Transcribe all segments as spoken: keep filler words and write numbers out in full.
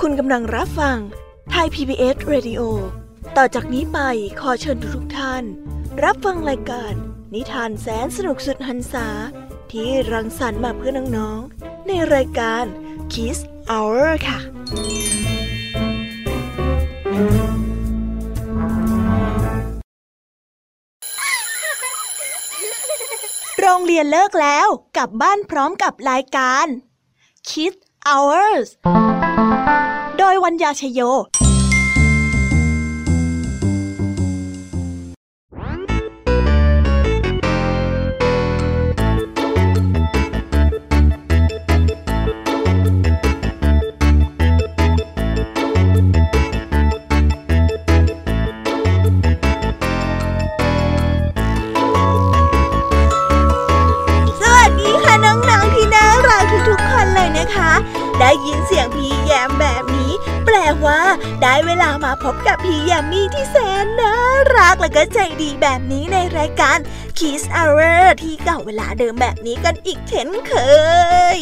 คุณกำลังรับฟังไทย พี บี เอส Radio ต่อจากนี้ไปขอเชิญทุกท่านรับฟังรายการนิทานแสนสนุกสุดหรรษาที่รังสรรค์มาเพื่อน้องๆในรายการ Kids Hour ค่ะโรงเรียนเลิกแล้วกลับบ้านพร้อมกับรายการ Kids Hours โดยวัญญาชโยได้ยินเสียงพี่แยมแบบนี้แปลว่าได้เวลามาพบกับพี่แยมมี่ที่แสนน่ารักและก็ใจดีแบบนี้ในรายการ Kids Hour ที่เก่าเวลาเดิมแบบนี้กันอีกเช่นเคย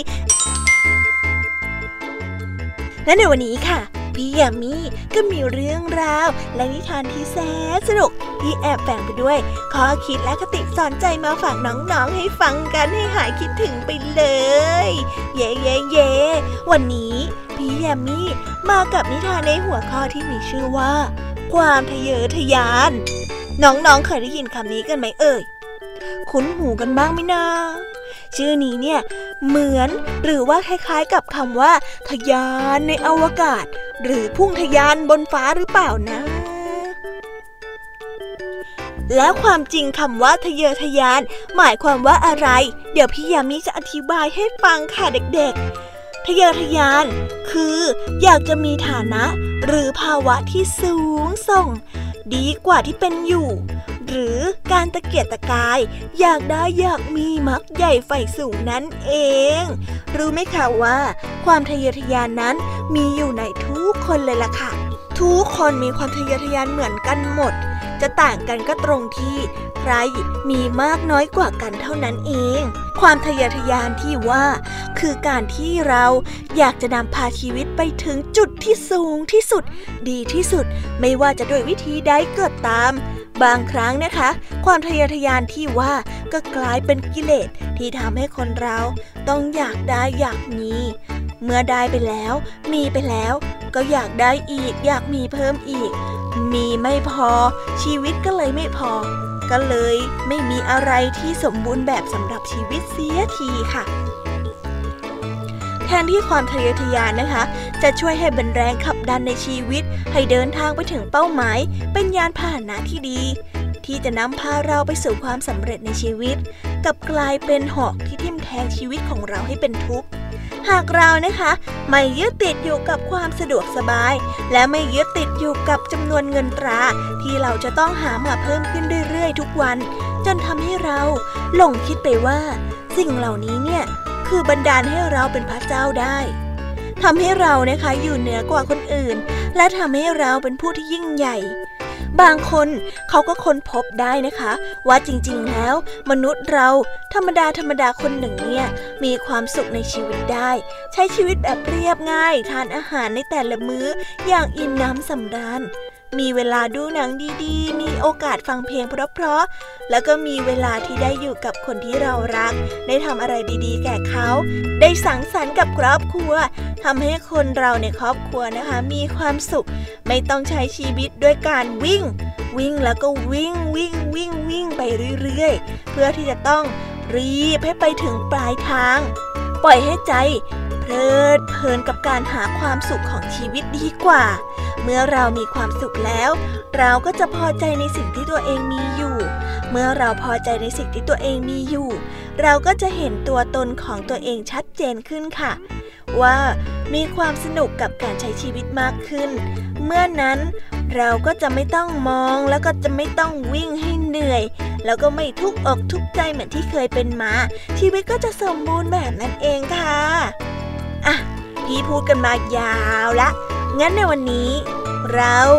และในวันนี้ค่ะพี่แยมมี่ก็มีเรื่องราวและนิทานที่แสนสนุกที่แอบแฝงไปด้วยข้อคิดและคติสอนใจมาฝากน้องๆให้ฟังกันให้หายคิดถึงไปเลยเย่เย่เย่วันนี้พี่แยมมี่มากับนิทานในหัวข้อที่มีชื่อว่าความทะเยอทะยานน้องๆเคยได้ยินคำนี้กันไหมเอ่ยคุ้นหูกันบ้างไหมนะชื่อนี้เนี่ยเหมือนหรือว่าคล้ายๆกับคำว่าทะยานในอวกาศหรือพุ่งทะยานบนฟ้าหรือเปล่านะแล้วความจริงคำว่าทะเยอทะยานหมายความว่าอะไรเดี๋ยวพี่ยามีจะอธิบายให้ฟังค่ะเด็กๆทะเยอทะยานคืออยากจะมีฐานะหรือภาวะที่สูงส่งดีกว่าที่เป็นอยู่หรือการตะเกียกตะกายอยากได้อยากมีมักใหญ่ใฝ่สูงนั่นเองรู้ไหมคะว่าความทะเยอทะยานนั้นมีอยู่ในทุกคนเลยล่ะค่ะทุกคนมีความทะเยอทะยานเหมือนกันหมดจะต่างกันก็ตรงที่ใครมีมากน้อยกว่ากันเท่านั้นเองความทะเยอทะยานที่ว่าคือการที่เราอยากจะนำพาชีวิตไปถึงจุดที่สูงที่สุดดีที่สุดไม่ว่าจะด้วยวิธีใดก็ตามบางครั้งนะคะความทะเยอทะยานที่ว่าก็กลายเป็นกิเลสที่ทำให้คนเราต้องอยากได้อยากมีเมื่อได้ไปแล้วมีไปแล้วก็อยากได้อีกอยากมีเพิ่มอีกมีไม่พอชีวิตก็เลยไม่พอก็เลยไม่มีอะไรที่สมบูรณ์แบบสำหรับชีวิตเสียทีค่ะแทนที่ความทะเยอทะยานนะคะจะช่วยให้เป็นแรงขับดันในชีวิตให้เดินทางไปถึงเป้าหมายเป็นยานพาหนะที่ดีที่จะนำพาเราไปสู่ความสำเร็จในชีวิตกลับกลายเป็นหอกที่ทิ่มแทงชีวิตของเราให้เป็นทุกข์หากเรานะคะไม่ยึดติดอยู่กับความสะดวกสบายและไม่ยึดติดอยู่กับจำนวนเงินตราที่เราจะต้องหามาเพิ่มขึ้นเรื่อยๆทุกวันจนทำให้เราหลงคิดไปว่าสิ่งเหล่านี้เนี่ยคือบันดาลให้เราเป็นพระเจ้าได้ทำให้เรานะคะอยู่เหนือกว่าคนอื่นและทำให้เราเป็นผู้ที่ยิ่งใหญ่บางคนเขาก็ค้นพบได้นะคะว่าจริงๆแล้วมนุษย์เราธรรมดาธรรมดาคนหนึ่งเนี่ยมีความสุขในชีวิตได้ใช้ชีวิตแบบเรียบง่ายทานอาหารในแต่ละมื้ออย่างอิ่มน้ำสำราญมีเวลาดูหนังดีๆมีโอกาสฟังเพลงเพราะๆแล้วก็มีเวลาที่ได้อยู่กับคนที่เรารักได้ทำอะไรดีๆแก่เขาได้สังสรรค์กับครอบครัวทำให้คนเราในครอบครัวนะคะมีความสุขไม่ต้องใช้ชีวิตด้วยการวิ่งวิ่งแล้วก็วิ่งวิ่งวิ่งวิ่งไปเรื่อยๆเพื่อที่จะต้องรีบให้ไปถึงปลายทางปล่อยให้ใจเพลิดเพลินกับการหาความสุขของชีวิตดีกว่าเมื่อเรามีความสุขแล้วเราก็จะพอใจในสิ่งที่ตัวเองมีอยู่เมื่อเราพอใจในสิ่งที่ตัวเองมีอยู่เราก็จะเห็นตัวตนของตัวเองชัดเจนขึ้นค่ะว่ามีความสนุกกับการใช้ชีวิตมากขึ้นเมื่อนั้นเราก็จะไม่ต้องมองแล้วก็จะไม่ต้องวิ่งให้เหนื่อยแล้วก็ไม่ทุกข์อกทุกข์ใจเหมือนที่เคยเป็นมาชีวิตก็จะสมบูรณ์แบบนั้นเองค่ะอ่ะพี่พูดกันมายาวละงั้นในวันนี้เรา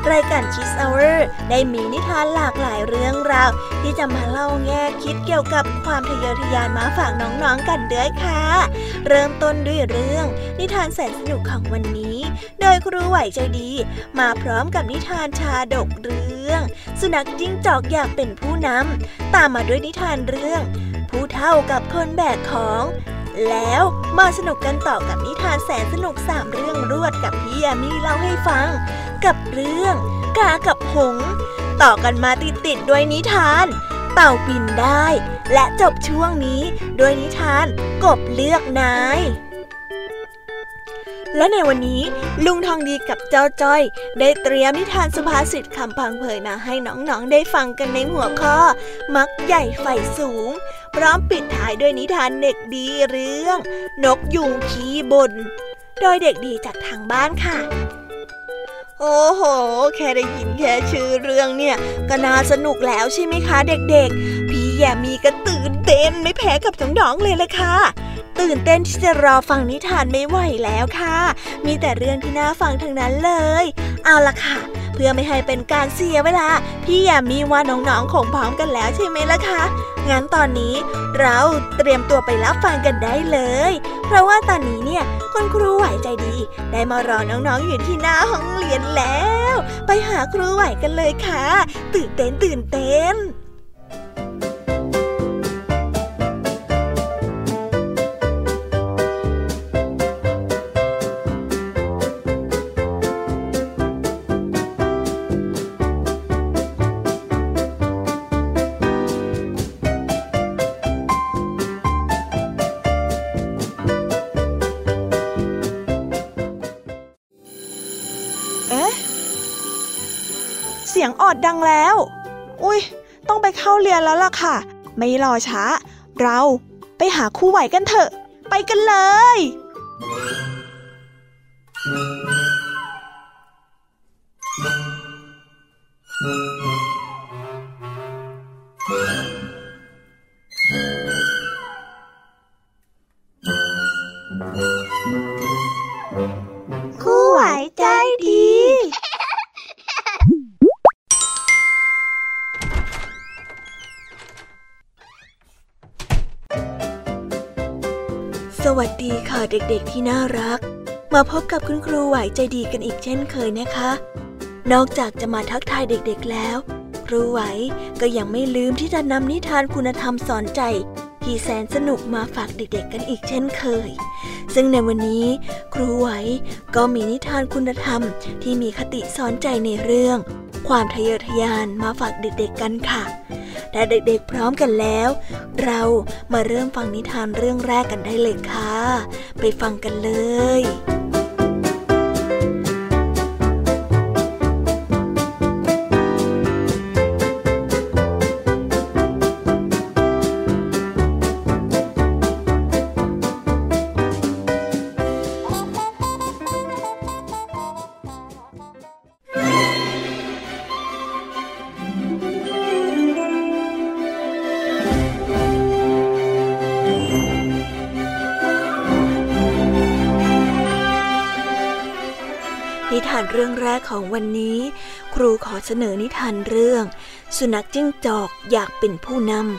รายการ Kids Hour ได้มีนิทานหลากหลายเรื่องราวที่จะมาเล่าแง่คิดเกี่ยวกับความทะเยอทะยานมาฝากน้องๆกันด้วยค่ะเริ่มต้นด้วยเรื่องนิทานแสนสนุกของวันนี้โดยครูไหวใจดีมาพร้อมกับนิทานชาดกเรื่องสุนัขจิ้งจอกอยากเป็นผู้นำตามมาด้วยนิทานเรื่องผู้เฒ่ากับคนแบกของแล้วมาสนุกกันต่อกับนิทานแสนสนุกสามเรื่องรวดกับพี่ยามีเล่าให้ฟังกับเรื่องกากับหงส์ต่อกันมาติดๆด้วยนิทานเต่าบินได้และจบช่วงนี้ด้วยนิทานกบเลือกนายและในวันนี้ลุงทองดีกับเจ้าจ้อยได้เตรียมนิทานสุภาษิตคำพังเผยมาให้น้องๆได้ฟังกันในหัวข้อมักใหญ่ไฟสูงพร้อมปิดท้ายด้วยนิทานเด็กดีเรื่องนกยูงขี้บ่นโดยเด็กดีจากทางบ้านค่ะโอ้โหแค่ได้ยินแค่ชื่อเรื่องเนี่ยก็น่าสนุกแล้วใช่ไหมคะเด็กๆพี่แยมมีก็ตื่นเต้นไม่แพ้กับน้องๆเลยละค่ะตื่นเต้นที่จะรอฟังนิทานไม่ไหวแล้วค่ะมีแต่เรื่องที่น่าฟังทั้งนั้นเลยเอาล่ะค่ะเพื่อไม่ให้เป็นการเสียเวลาพี่แยมมีว่าน้องๆคงพร้อมกันแล้วใช่ไหมล่ะคะงั้นตอนนี้เราเตรียมตัวไปรับฟังกันได้เลยเพราะว่าตอนนี้เนี่ยคุณครูไหวใจดีได้มารอน้องๆอยู่ที่หน้าห้องเรียนแล้วไปหาครูไหวกันเลยค่ะตื่นเต้นตื่นเต้นเสียงออดดังแล้วอุ๊ยต้องไปเข้าเรียนแล้วล่ะค่ะไม่รอช้าเราไปหาครูไหวกันเถอะไปกันเลยครูไหวใจดีสวัสดีค่ะเด็กๆที่น่ารักมาพบกับคุณครูไหวใจดีกันอีกเช่นเคยนะคะนอกจากจะมาทักทายเด็กๆแล้วครูไหวก็ยังไม่ลืมที่จะนำนิทานคุณธรรมสอนใจที่แสนสนุกมาฝากเด็กๆกันอีกเช่นเคยซึ่งในวันนี้ครูไหวก็มีนิทานคุณธรรมที่มีคติสอนใจในเรื่องความทะเยอทะยานมาฝากเด็กๆกันค่ะถ้าเด็กๆพร้อมกันแล้วเรามาเริ่มฟังนิทานเรื่องแรกกันได้เลยค่ะไปฟังกันเลยนิทานเรื่องแรกของวันนี้ครูขอเสนอนิทานเรื่องสุนัขจิ้งจอกอยากเป็นผู้นำ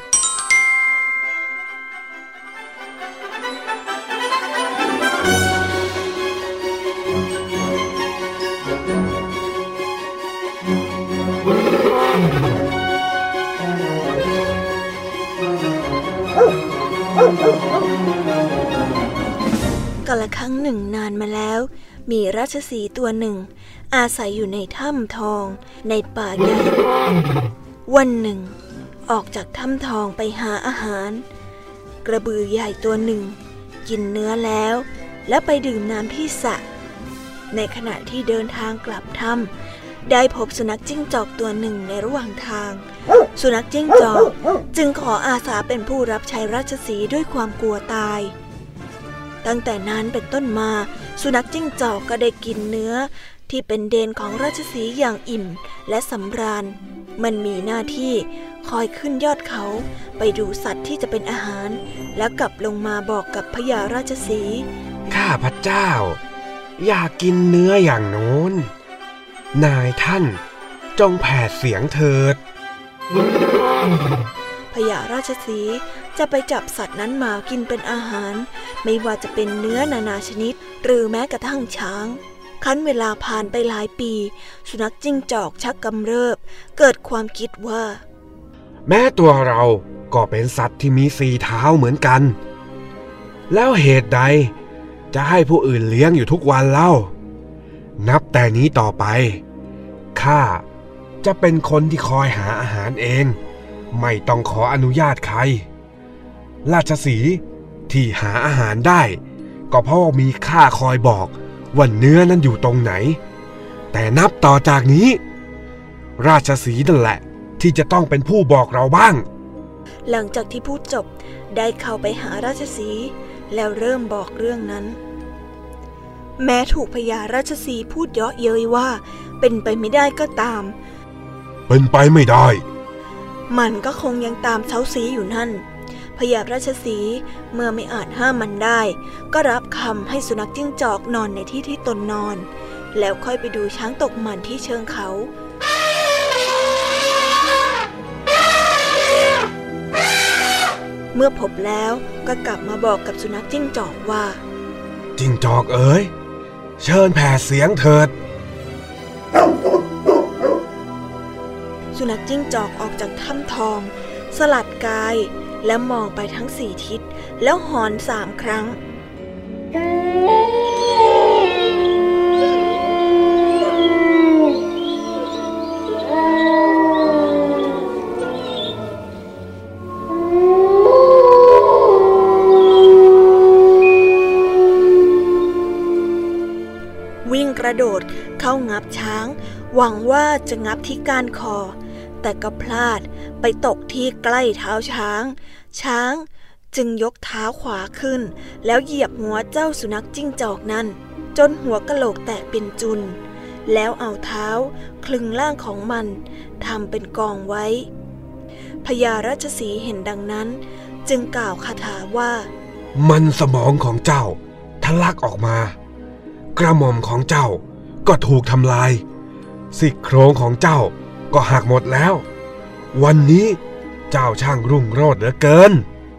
กาลครั้งหนึ่งนานมาแล้วมีราชสีห์ตัวหนึ่งอาศัยอยู่ในถ้ำทองในป่าใหญ่วันหนึ่งออกจากถ้ำทองไปหาอาหารกระบือใหญ่ตัวหนึ่งกินเนื้อแล้วและไปดื่มน้ำที่สระในขณะที่เดินทางกลับถ้ำได้พบสุนัขจิ้งจอกตัวหนึ่งในระหว่างทางสุนัขจิ้งจอกจึงขออาสาเป็นผู้รับใช้ราชสีห์ด้วยความกลัวตายตั้งแต่นั้นเป็นต้นมาสุนัขจิ้งจอกก็ได้กินเนื้อที่เป็นเดนของราชสีห์อย่างอิ่มและสำราญมันมีหน้าที่คอยขึ้นยอดเขาไปดูสัตว์ที่จะเป็นอาหารแล้วกลับลงมาบอกกับพญาราชสีห์ข้าพเจ้าอยากกินเนื้ออย่างโน้นนายท่านจงแผดเสียงเถิดพญาราชสีห์จะไปจับสัตว์นั้นมากินเป็นอาหารไม่ว่าจะเป็นเนื้อนานาชนิดหรือแม้กระทั่งช้างครั้นเวลาผ่านไปหลายปีสุนัขจิ้งจอกชักกำเริบเกิดความคิดว่าแม้ตัวเราก็เป็นสัตว์ที่มีสี่เท้าเหมือนกันแล้วเหตุใดจะให้ผู้อื่นเลี้ยงอยู่ทุกวันเล่านับแต่นี้ต่อไปข้าจะเป็นคนที่คอยหาอาหารเองไม่ต้องขออนุญาตใครราชสีห์ที่หาอาหารได้ก็เพราะว่ามีข้าคอยบอกว่าเนื้อนั้นอยู่ตรงไหนแต่นับต่อจากนี้ราชสีห์นั่นแหละที่จะต้องเป็นผู้บอกเราบ้างหลังจากที่พูดจบได้เข้าไปหาราชสีห์แล้วเริ่มบอกเรื่องนั้นแม้ถูกพญาราชสีห์พูดเยาะเย้ยว่าเป็นไปไม่ได้ก็ตามเป็นไปไม่ได้มันก็คงยังตามเซ้าซีอยู่นั่นพญาราชสีห์เมื่อไม่อาจห้ามมันได้ก็รับคำให้สุนัขจิ้งจอกนอนในที่ที่ตนนอนแล้วค่อยไปดูช้างตกมันที่เชิงเขาเมื่อพบแล้วก็กลับมาบอกกับสุนัขจิ้งจอกว่าจิ้งจอกเอ๋ยเชิญแผ่เสียงเถิดสุนัขจิ้งจอกออกจากถ้ำทองสลัดกายและมองไปทั้งสี่ทิศแล้วหอนสามครั้งวิ่งกระโดดเข้างับช้างหวังว่าจะงับที่ก้านคอแต่ก็พลาดไปตกที่ใกล้เท้าช้างช้างจึงยกเท้าขวาขึ้นแล้วเหยียบหัวเจ้าสุนัขจิ้งจอกนั้นจนหัวกะโหลกแตกเป็นจุนแล้วเอาเท้าคลึงร่างของมันทำเป็นกองไว้พญาราชสีห์เห็นดังนั้นจึงกล่าวคาถาว่ามันสมองของเจ้าทะลักออกมากระหม่อมของเจ้าก็ถูกทำลายซี่โครงของเจ้าก็หักหมดแล้ววันนี้เจ้าช่างรุ่งโรจน์เหลือเกิน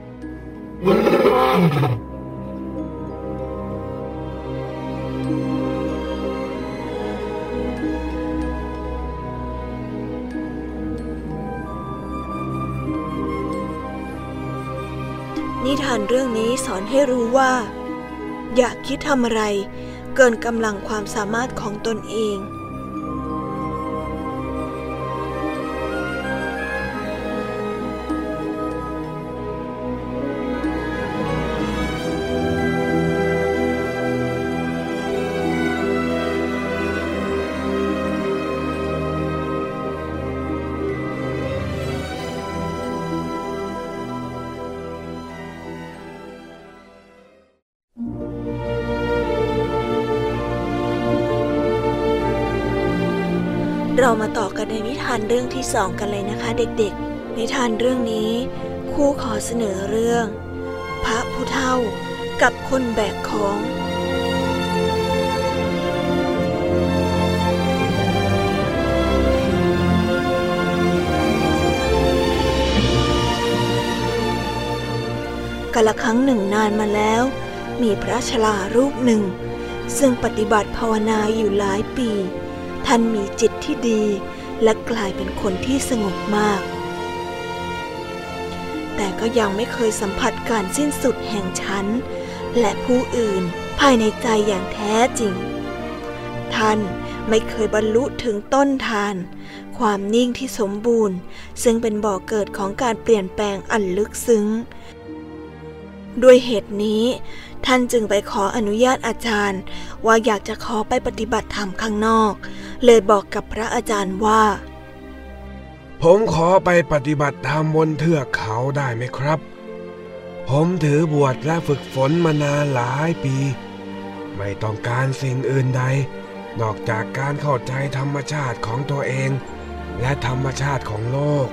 นิทานเรื่องนี้สอนให้รู้ว่าอย่าคิดทำอะไรเกินกำลังความสามารถของตนเองเรามาต่อกันในนิทานเรื่องที่สองกันเลยนะคะเด็กๆนิทานเรื่องนี้ครูขอเสนอเรื่องพระผู้เฒ่ากับคนแบกของกาลครั้งหนึ่งนานมาแล้วมีพระชรารูปหนึ่งซึ่งปฏิบัติภาวนาอยู่หลายปีท่านมีจิตที่ดีและกลายเป็นคนที่สงบมากแต่ก็ยังไม่เคยสัมผัสการสิ้นสุดแห่งชั้นและผู้อื่นภายในใจอย่างแท้จริงท่านไม่เคยบรรลุถึงต้นทานความนิ่งที่สมบูรณ์ซึ่งเป็นบ่อเกิดของการเปลี่ยนแปลงอันลึกซึ้งด้วยเหตุนี้ท่านจึงไปขออนุญาตอาจารย์ว่าอยากจะขอไปปฏิบัติธรรมข้างนอกเลยบอกกับพระอาจารย์ว่าผมขอไปปฏิบัติธรรมบนเทือกเขาได้ไหมครับผมถือบวชและฝึกฝนมานานหลายปีไม่ต้องการสิ่งอื่นใดนอกจากการเข้าใจธรรมชาติของตัวเองและธรรมชาติของโลก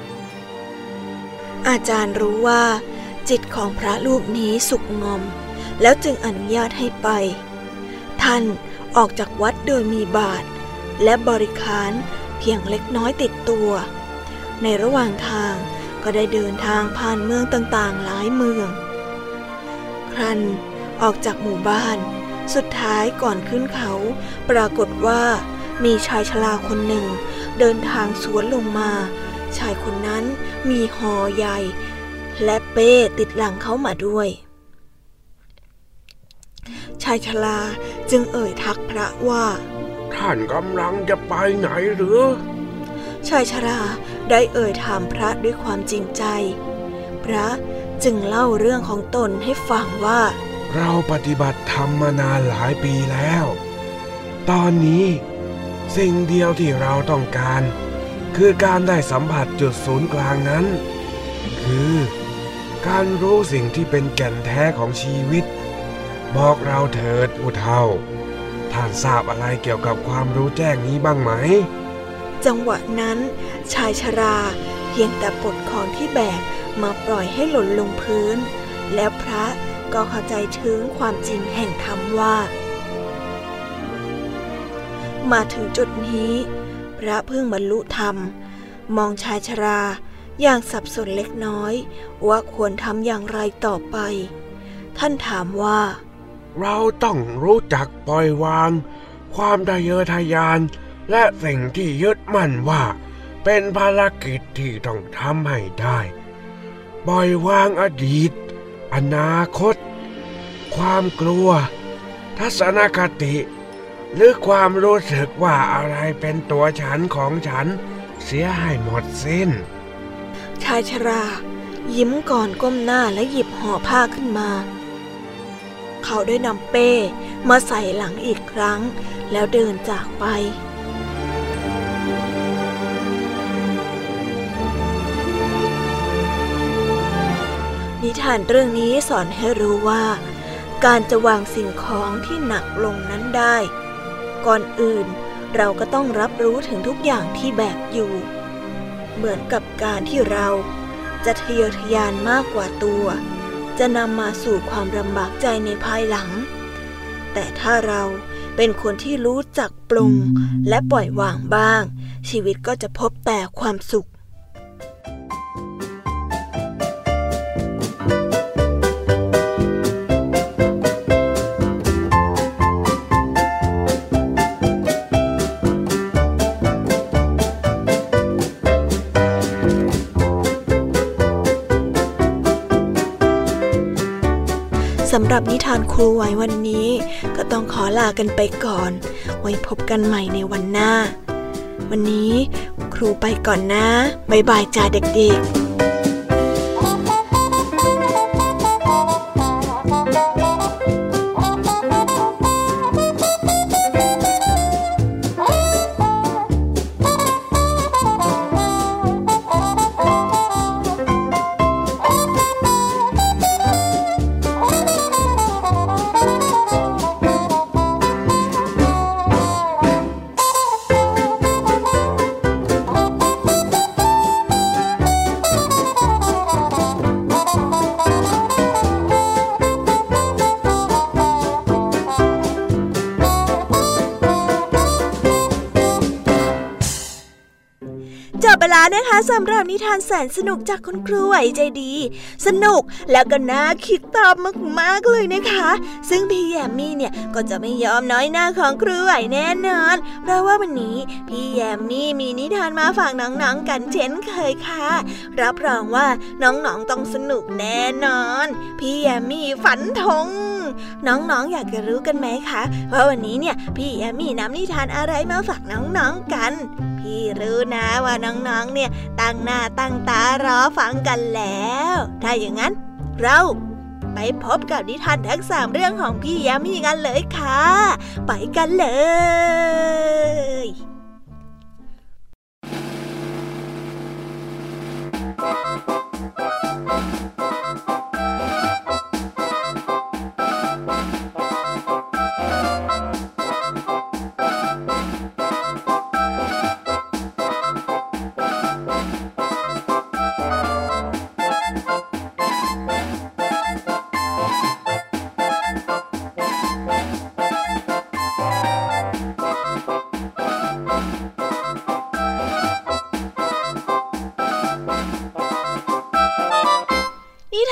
อาจารย์รู้ว่าจิตของพระรูปนี้สุขงอมแล้วจึงอนุญาตให้ไปท่านออกจากวัดโดยมีบาตรและบริขารเพียงเล็กน้อยติดตัวในระหว่างทางก็ได้เดินทางผ่านเมืองต่างๆหลายเมืองครั้นออกจากหมู่บ้านสุดท้ายก่อนขึ้นเขาปรากฏว่ามีชายชราคนหนึ่งเดินทางสวนลงมาชายคนนั้นมีห่อใหญ่และเป้ติดหลังเขามาด้วยชายชราจึงเอ่ยทักพระว่าท่านกำลังจะไปไหนหรือชายชราได้เอ่ยถามพระด้วยความจริงใจพระจึงเล่าเรื่องของตนให้ฟังว่าเราปฏิบัติธรรมมานานหลายปีแล้วตอนนี้สิ่งเดียวที่เราต้องการคือการได้สัมผัสจุดศูนย์กลางนั้นคือการรู้สิ่งที่เป็นแก่นแท้ของชีวิตบอกเราเถิดผู้เฒ่าท่านทราบอะไรเกี่ยวกับความรู้แจ้งนี้บ้างไหมจังหวะนั้นชายชราเพียงแต่ปลดของที่แบกมาปล่อยให้หล่นลงพื้นแล้วพระก็เข้าใจถึงความจริงแห่งธรรมว่ามาถึงจุดนี้พระเพิ่งบรรลุธรรมมองชายชราอย่างสับสนเล็กน้อยว่าควรทำอย่างไรต่อไปท่านถามว่าเราต้องรู้จักปล่อยวางความทะเยอทะยานและสิ่งที่ยึดมั่นว่าเป็นภารกิจที่ต้องทำให้ได้ปล่อยวางอดีตอนาคตความกลัวทัศนคติหรือความรู้สึกว่าอะไรเป็นตัวฉันของฉันเสียให้หมดสิ้นชายชรายิ้มก่อนก้มหน้าและหยิบห่อผ้าขึ้นมาเขาได้นำเป้มาใส่หลังอีกครั้งแล้วเดินจากไปนิทานเรื่องนี้สอนให้รู้ว่าการจะวางสิ่งของที่หนักลงนั้นได้ก่อนอื่นเราก็ต้องรับรู้ถึงทุกอย่างที่แบกอยู่เหมือนกับการที่เราจะทะเยอทะยานมากกว่าตัวจะนำมาสู่ความลำบากใจในภายหลังแต่ถ้าเราเป็นคนที่รู้จักปลงและปล่อยวางบ้างชีวิตก็จะพบแต่ความสุขสำหรับนิทานครูไหววันนี้ก็ต้องขอลากันไปก่อนไว้พบกันใหม่ในวันหน้าวันนี้ครูไปก่อนนะบ๊ายบายจ้าเด็กๆนะคะสำหรับนิทานแสนสนุกจากคุณครูไหวใจดีสนุกแล้วก็น่าคิดตามมากๆเลยนะคะซึ่งพี่แยมมี่เนี่ยก็จะไม่ยอมน้อยหน้าของครูไหวแน่นอนเพราะว่าวันนี้พี่แยมมี่มีนิทานมาฝากน้องๆกันเช่นเคยค่ะรับรองว่าน้องๆต้องสนุกแน่นอนพี่แยมมี่ฝันธงน้องๆ อ, อยากจะรู้กันไหมคะว่าวันนี้เนี่ยพี่แยมมี่นำนิทานอะไรมาฝากน้องๆกันพี่รู้นะว่าน้องๆเนี่ยตั้งหน้าตั้งตารอฟังกันแล้วถ้าอย่างนั้นเราไปพบกับนิทานทั้งสามเรื่องของพี่แยมมี่กันเลยค่ะไปกันเลย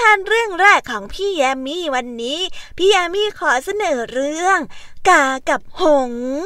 านเรื่องแรกของพี่แยมมี่วันนี้พี่แยมมี่ขอเสนอเรื่องกากับหงส์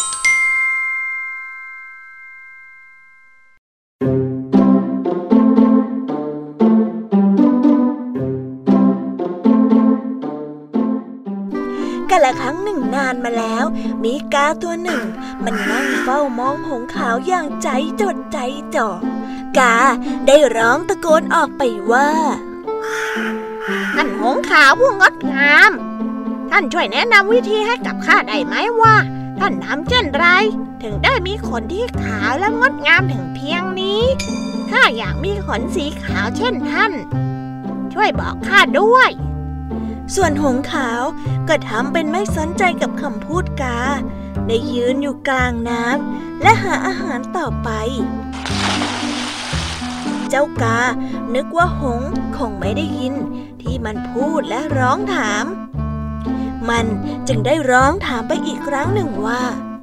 กาละครั้งหนึ่งนานมาแล้วมีกาตัวหนึ่งมันนั่งเฝ้ามองหงส์ขาวอย่างใจจดใจจ่อกาได้ร้องตะโกนออกไปว่าท่านหงส์ขาวผู้งดงามท่านช่วยแนะนำวิธีให้กับข้าได้ไหมว่าท่านทำเช่นไรถึงได้มีขนที่ขาวและงดงามถึงเพียงนี้ข้าอยากมีขนสีขาวเช่นท่านช่วยบอกข้าด้วยส่วนหงส์ขาวก็ทำเป็นไม่สนใจกับคำพูดกาได้ยืนอยู่กลางน้ำและหาอาหารต่อไปเจ้ากานึกว่าหงส์คงไม่ได้ยินที่มันพูดและร้องถามมันจึงได้ร้องถามไปอีกครั้งหนึ่งว่า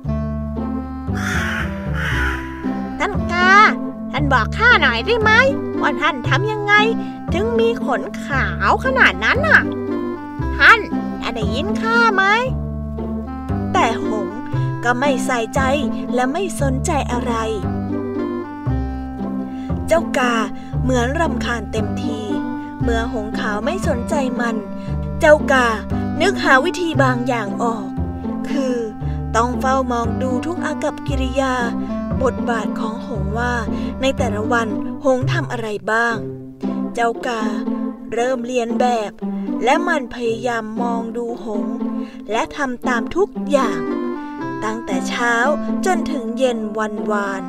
ท่านกาท่านบอกข้าหน่อยได้ไหมว่าท่านทำยังไงถึงมีขนขาวขนาดนั้นน่ะท่านได้ยินข้าไหมแต่หงส์ก็ไม่ใส่ใจและไม่สนใจอะไรเจ้ากาเหมือนรำคาญเต็มทีเมื่อหงส์ขาวไม่สนใจมันเจ้ากานึกหาวิธีบางอย่างออกคือต้องเฝ้ามองดูทุกอากัปกิริยาบทบาทของหงส์ว่าในแต่ละวันหงส์ทำอะไรบ้างเจ้ากาเริ่มเรียนแบบและมันพยายามมองดูหงส์และทำตามทุกอย่างตั้งแต่เช้าจนถึงเย็นวันวาน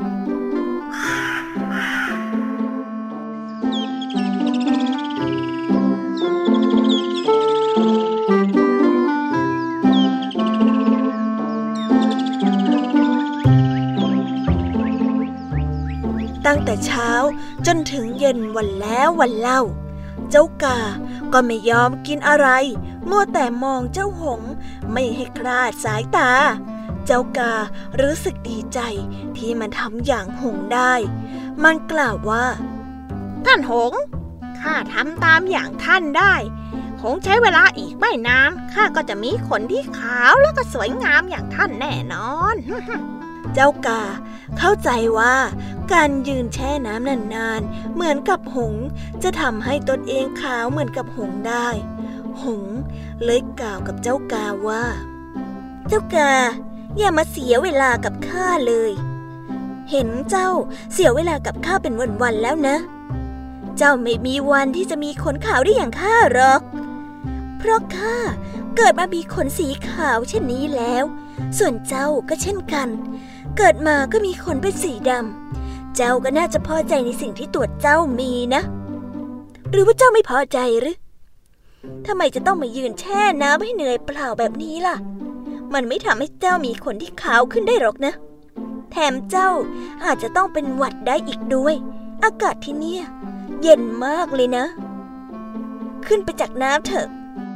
ตั้งแต่เช้าจนถึงเย็นวันแล้ววันเล่าเจ้ากาก็ไม่ยอมกินอะไรมัวแต่มองเจ้าหงส์ไม่ให้คลาดสายตาเจ้าการู้สึกดีใจที่มันทำอย่างหงส์ได้มันกล่าวว่าท่านหงส์ข้าทำตามอย่างท่านได้คงใช้เวลาอีกไม่นานข้าก็จะมีขนที่ขาวและก็สวยงามอย่างท่านแน่นอน เจ้ากาเข้าใจว่าการยืนแช่น้ำนานๆเหมือนกับหงส์จะทำให้ตนเองขาวเหมือนกับหงส์ได้หงส์เลยกล่าวกับเจ้ากาว่าเจ้ากาอย่ามาเสียเวลากับข้าเลยเห็นเจ้าเสียเวลากับข้าเป็นวันๆแล้วนะเจ้าไม่มีวันที่จะมีขนขาวได้อย่างข้าหรอกเพราะข้าเกิดมามีขนสีขาวเช่นนี้แล้วส่วนเจ้าก็เช่นกันเกิดมาก็มีขนเป็นสีดำเจ้าก็น่าจะพอใจในสิ่งที่ตัวเจ้ามีนะหรือว่าเจ้าไม่พอใจหรือทำไมจะต้องมายืนแช่น้ำให้เหนื่อยเปล่าแบบนี้ล่ะมันไม่ทำให้เจ้ามีขนที่ขาวขึ้นได้หรอกนะแถมเจ้าอาจจะต้องเป็นหวัดได้อีกด้วยอากาศที่นี่เย็นมากเลยนะขึ้นไปจากน้ำเถอะ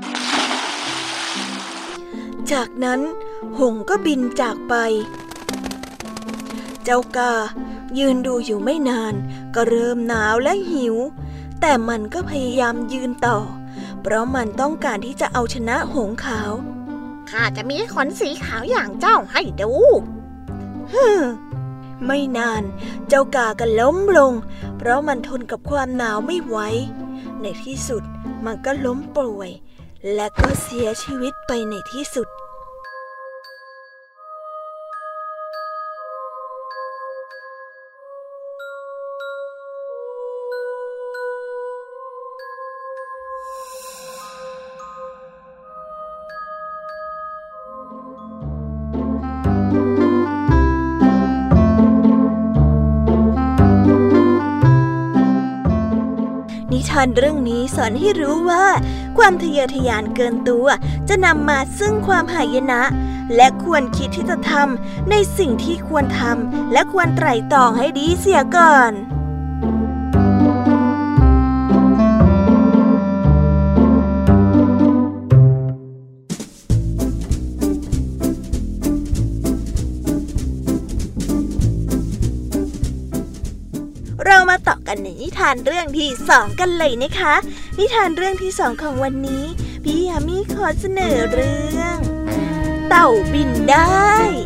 จากนั้นหงส์ก็บินจากไปเจ้ากายืนดูอยู่ไม่นานก็เริ่มหนาวและหิวแต่มันก็พยายามยืนต่อเพราะมันต้องการที่จะเอาชนะหงส์ขาวข้าจะมีขนสีขาวอย่างเจ้าให้ดูฮึไม่นานเจ้ากาก็ล้มลงเพราะมันทนกับความหนาวไม่ไหวในที่สุดมันก็ล้มป่วยและก็เสียชีวิตไปในที่สุดนิทานเรื่องนี้สอนให้รู้ว่าความทะเยอทะยานเกินตัวจะนำมาซึ่งความหายนะและควรคิดที่จะทำในสิ่งที่ควรทำและควรไตร่ตรองให้ดีเสียก่อน รเรามาต่อกันในนิทานเรื่องที่สองกันเลยนะคะนิทานเรื่องที่สองของวันนี้พี่ยามีขอเสนอเรื่องเต่าบินได้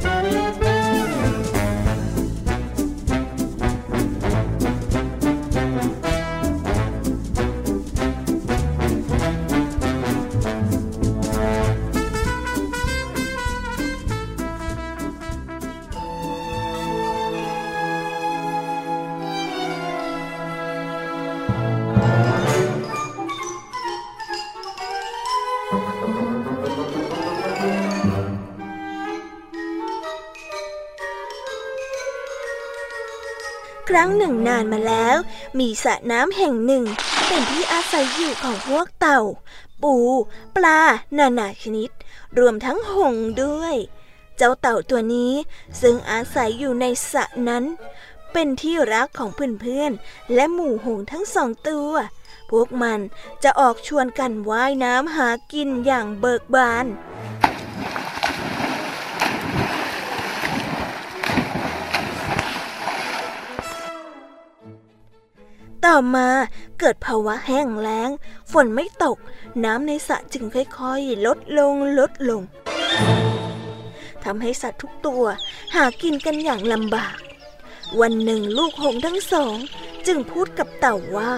ครั้งหนึ่งนานมาแล้วมีสระน้ำแห่งหนึ่งเป็นที่อาศัยอยู่ของพวกเต่าปูปลานานาชนิดรวมทั้งหงส์ด้วยเจ้าเต่าตัวนี้ซึ่งอาศัยอยู่ในสระนั้นเป็นที่รักของเพื่อนๆและหมู่หงส์ทั้งสองตัวพวกมันจะออกชวนกันว่ายน้ำหากินอย่างเบิกบานต่อมาเกิดภาวะแห้งแล้งฝนไม่ตกน้ำในสระจึงค่อยๆลดลงลดลงทำให้สัตว์ทุกตัวหากินกันอย่างลำบากวันหนึ่งลูกหงส์ทั้งสองจึงพูดกับเต่าว่า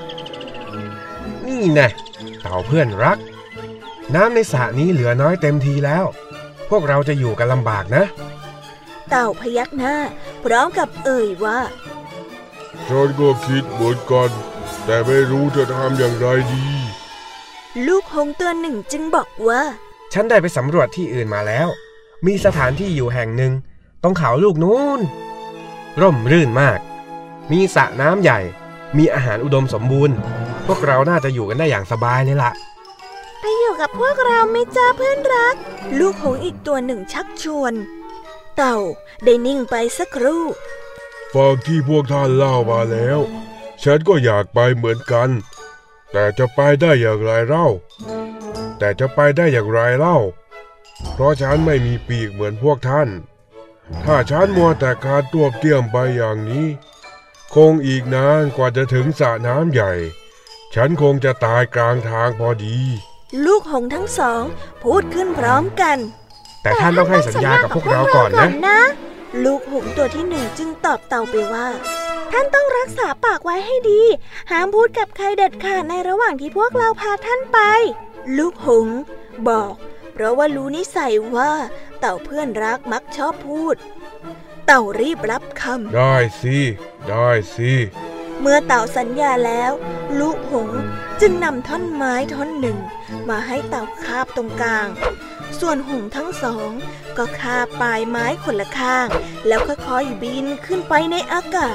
นี่นะเต่าเพื่อนรักน้ำในสระนี้เหลือน้อยเต็มทีแล้วพวกเราจะอยู่กันลำบากนะเต่าพยักหน้าพร้อมกับเอ่ยว่าฉันก็คิดเหมือนกันแต่ไม่รู้จะทำอย่างไรดีลูกหงส์ตัวหนึ่งจึงบอกว่าฉันได้ไปสำรวจที่อื่นมาแล้วมีสถานที่อยู่แห่งหนึ่งตรงเขาลูกนู้นร่มรื่นมากมีสระน้ำใหญ่มีอาหารอุดมสมบูรณ์พวกเราน่าจะอยู่กันได้อย่างสบายเลยล่ะไปอยู่กับพวกเราไหมจ้าเพื่อนรักลูกหงส์อีกตัวหนึ่งชักชวนเต่าได้นิ่งไปสักครู่ฟังที่พวกท่านเล่ามาแล้วฉันก็อยากไปเหมือนกันแต่จะไปได้อย่างไรเล่าแต่จะไปได้อย่างไรเล่าเพราะฉันไม่มีปีกเหมือนพวกท่านถ้าฉันมัวแต่คลานตัวเตี้ยมไปอย่างนี้คงอีกนานกว่าจะถึงสระน้ำใหญ่ฉันคงจะตายกลางทางพอดีลูกหงส์ทั้งสองพูดขึ้นพร้อมกันแต่ท่านต้องให้สัญญากับพวกเราก่อนนะลูกหงส์ตัวที่หนึ่งจึงตอบเต่าไปว่าท่านต้องรักษาปากไว้ให้ดีห้ามพูดกับใครเด็ดขาดในระหว่างที่พวกเราพาท่านไปลูกหงส์บอกเพราะว่ารู้นิสัยว่าเต่าเพื่อนรักมักชอบพูดเต่ารีบรับคำได้สิได้สิเมื่อเต่าสัญญาแล้วลูกหงส์จึงนำท่อนไม้ท่อนหนึ่งมาให้เต่าคาบตรงกลางส่วนหงส์ทั้งสองก็คาบปลายไม้คนละข้างแล้วค่อยๆบินขึ้นไปในอากาศ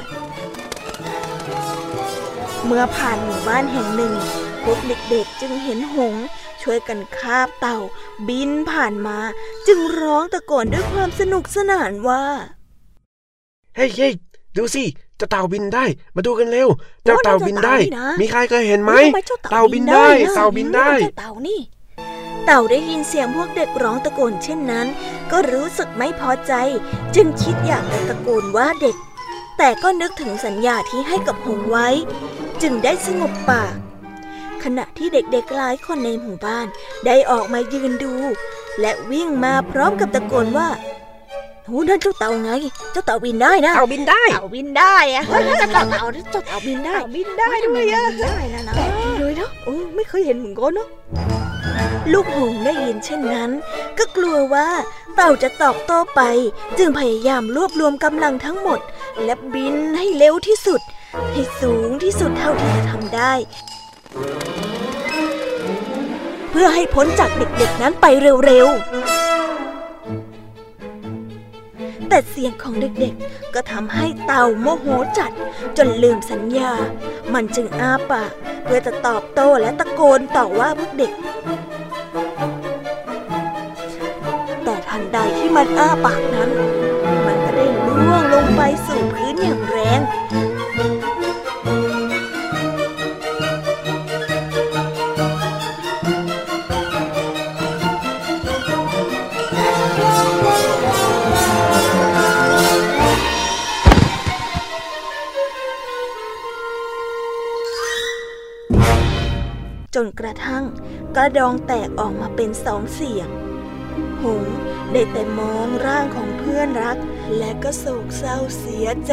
เมื่อผ่านหมู่บ้านแห่งหนึ่งพวกเด็กๆจึงเห็นหงส์ช่วยกันคาบเต่าบินผ่านมาจึงร้องตะโกนด้วยความสนุกสนานว่าเฮ้ยเฮ้ยดูสิเจ้าเต่าบินได้มาดูกันเร็วเจ้าเต่าบินได้มีใครเคยเห็นไหมเต่าบินได้เต่าบินได้เต่านี่เต่าได้ยินเสียงพวกเด็กร้องตะโกนเช่นนั้นก็รู้สึกไม่พอใจจึงคิดอยากจะตะโกนว่าเด็กแต่ก็นึกถึงสัญญาที่ให้กับหงส์ไว้จึงได้สงบปากขณะที่เด็กๆหลายคนในหมู่บ้านได้ออกมายืนดูและวิ่งมาพร้อมกับตะโกนว่าโอ้นั่นเจ้าเต่าไงเจ้าเต่าบินได้นะเต่าบินได้เต่าบินได้อะเจ้าเต่าเจ้าเต่าบินได้บินได้ด้วยอะได้นะนะเลยเนาะโอ้ไม่เคยเห็นเหมือนกันเนาะลูกหงส์ได้ยินเช่นนั้นก็กลัวว่าเต่าจะตอบโต้ไปจึงพยายามรวบรวมกำลังทั้งหมดและบินให้เร็วที่สุดให้สูงที่สุดเท่าที่จะทำได้เพื่อให้พ้นจากเด็กๆนั้นไปเร็วๆแต่เสียงของเด็กๆก็ทำให้เต่าโมโหจัดจนลืมสัญญามันจึงอ้าปากเพื่อจะตอบโต้และตะโกนต่อว่าพวกเด็กแต่ทันใดที่มันอ้าปากนั้นมันก็ได้ล่วงลงไปสู่พื้นอย่างแรงจนกระทั่งกระดองแตกออกมาเป็นสองเสียงหงส์ได้แต่มองร่างของเพื่อนรักและก็โศกเศร้าเสียใจ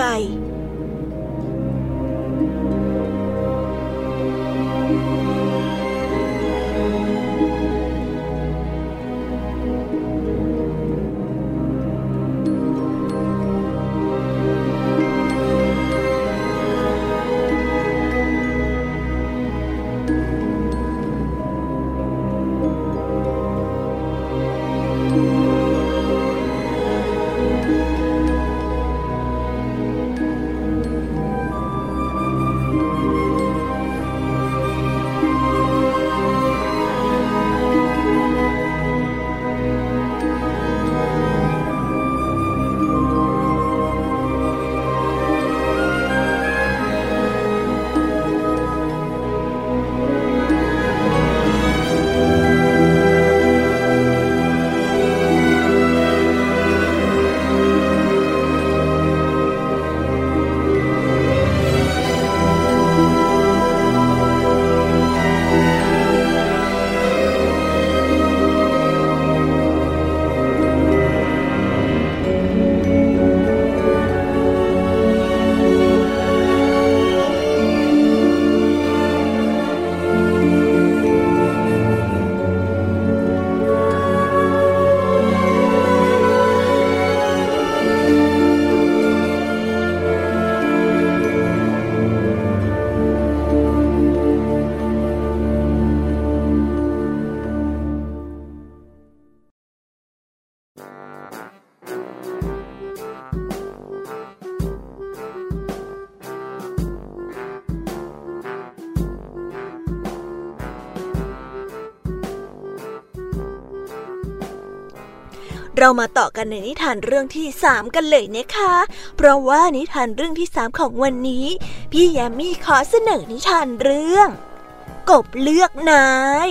เรามาต่อกันในนิทานเรื่องที่สามกันเลยนะคะเพราะว่านิทานเรื่องที่สามของวันนี้พี่แยมมี่ขอเสนอนิทานเรื่องกบเลือกนาย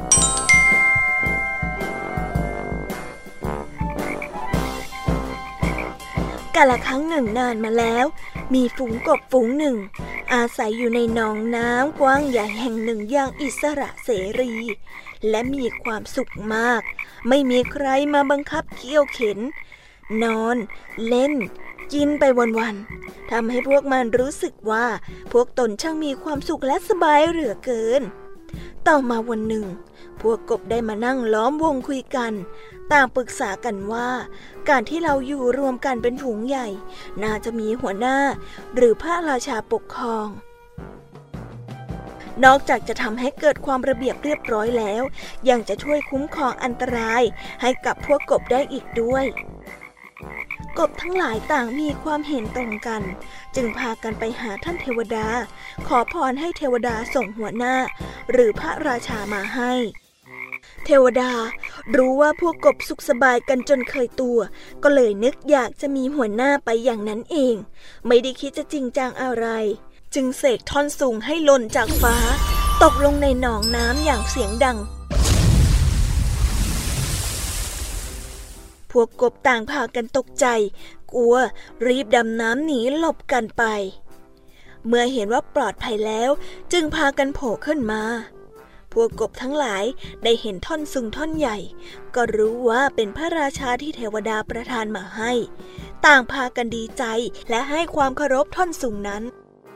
กาลครั้งหนึ่งนานมาแล้วมีฝูงกบฝูงหนึ่งอาศัยอยู่ในหนองน้ำกว้างใหญ่แห่งหนึ่งอย่างอิสระเสรีและมีความสุขมากไม่มีใครมาบังคับเคี่ยวเข็นนอนเล่นกินไปวันๆทำให้พวกมันรู้สึกว่าพวกตนช่างมีความสุขและสบายเหลือเกินต่อมาวันหนึ่งพวกกบได้มานั่งล้อมวงคุยกันต่างปรึกษากันว่าการที่เราอยู่รวมกันเป็นฝูงใหญ่น่าจะมีหัวหน้าหรือพระราชาปกครองนอกจากจะทำให้เกิดความระเบียบเรียบร้อยแล้วยังจะช่วยคุ้มครองอันตรายให้กับพวกกบได้อีกด้วยกบทั้งหลายต่างมีความเห็นตรงกันจึงพากันไปหาท่านเทวดาขอพรให้เทวดาส่งหัวหน้าหรือพระราชามาให้เทวดารู้ว่าพวกกบสุขสบายกันจนเคยตัวก็เลยนึกอยากจะมีหัวหน้าไปอย่างนั้นเองไม่ได้คิดจะจริงจังอะไรจึงเสกท่อนสูงให้หล่นจากฟ้าตกลงในหนองน้ำอย่างเสียงดังพวกกบต่างพากันตกใจกลัวรีบดำน้ำหนีหลบกันไปเมื่อเห็นว่าปลอดภัยแล้วจึงพากันโผล่ขึ้นมาพวกกบทั้งหลายได้เห็นท่อนสูงท่อนใหญ่ก็รู้ว่าเป็นพระราชาที่เทวดาประทานมาให้ต่างพากันดีใจและให้ความเคารพท่อนสูงนั้น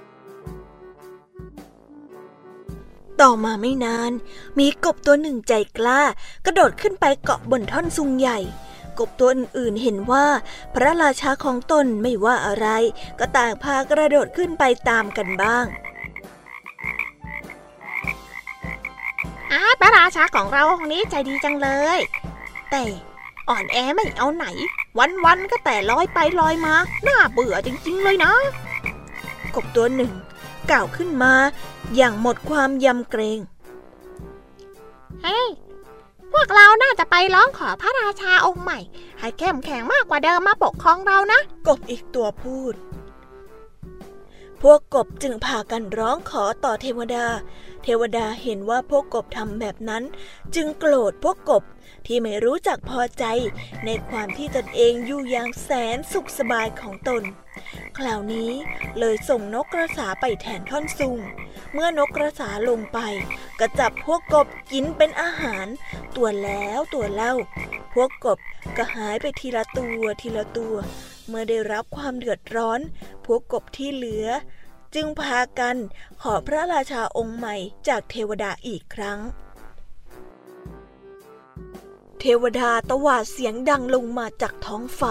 ต่อมาไม่นานมีกบตัวหนึ่งใจกล้ากระโดดขึ้นไปเกาะบนท่อนสูงใหญ่กบตัวอื่นๆเห็นว่าพระราชาของตนไม่ว่าอะไรก็ต่างพากระโดดขึ้นไปตามกันบ้างอ้าพระราชาของเราคนนี้ใจดีจังเลยแต่อ่อนแอไม่เอาไหนวันๆก็แต่ลอยไปลอยมาน่าเบื่อจริงๆเลยนะกบตัวหนึ่งกล่าวขึ้นมาอย่างหมดความยำเกรงเฮ้ยพวกเราน่าจะไปร้องขอพระราชาองค์ใหม่ให้เข้มแข็งมากกว่าเดิมมาปกครองเรานะกบอีกตัวพูดพวกกบจึงพากันร้องขอต่อเทวดาเทวดาเห็นว่าพวกกบทำแบบนั้นจึงโกรธพวกกบที่ไม่รู้จักพอใจในความที่ตนเองอยู่อย่างแสนสุขสบายของตนคราวนี้เลยส่งนกกระสาไปแทนท่อนซุงเมื่อนกกระสาลงไปก็จับพวกกบกินเป็นอาหารตัวแล้วตัวเล่าพวกกบก็หายไปทีละตัวทีละตัวเมื่อได้รับความเดือดร้อนพวกกบที่เหลือจึงพากันขอพระราชาองค์ใหม่จากเทวดาอีกครั้งเทวดาตวาดเสียงดังลงมาจากท้องฟ้า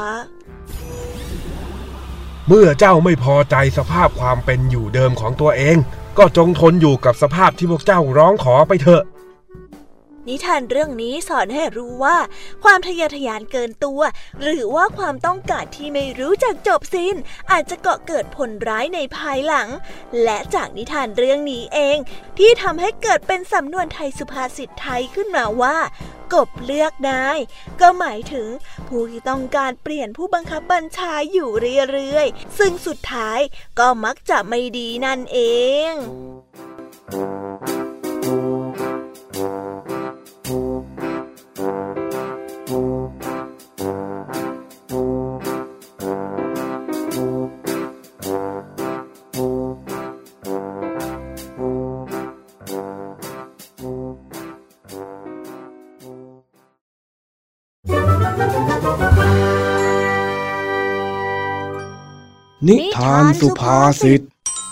เมื่อเจ้าไม่พอใจสภาพความเป็นอยู่เดิมของตัวเองก็จงทนอยู่กับสภาพที่พวกเจ้าร้องขอไปเถอะนิทานเรื่องนี้สอนให้รู้ว่าความทะเยอทะยานเกินตัวหรือว่าความต้องการที่ไม่รู้จักจบสิ้นอาจจะก่อเกิดผลร้ายในภายหลังและจากนิทานเรื่องนี้เองที่ทำให้เกิดเป็นสำนวนไทยสุภาษิตไทยขึ้นมาว่ากบเลือกนายก็หมายถึงผู้ที่ต้องการเปลี่ยนผู้บังคับบัญชาอยู่เรื่อยๆซึ่งสุดท้ายก็มักจะไม่ดีนั่นเองนิทานสุภาษิต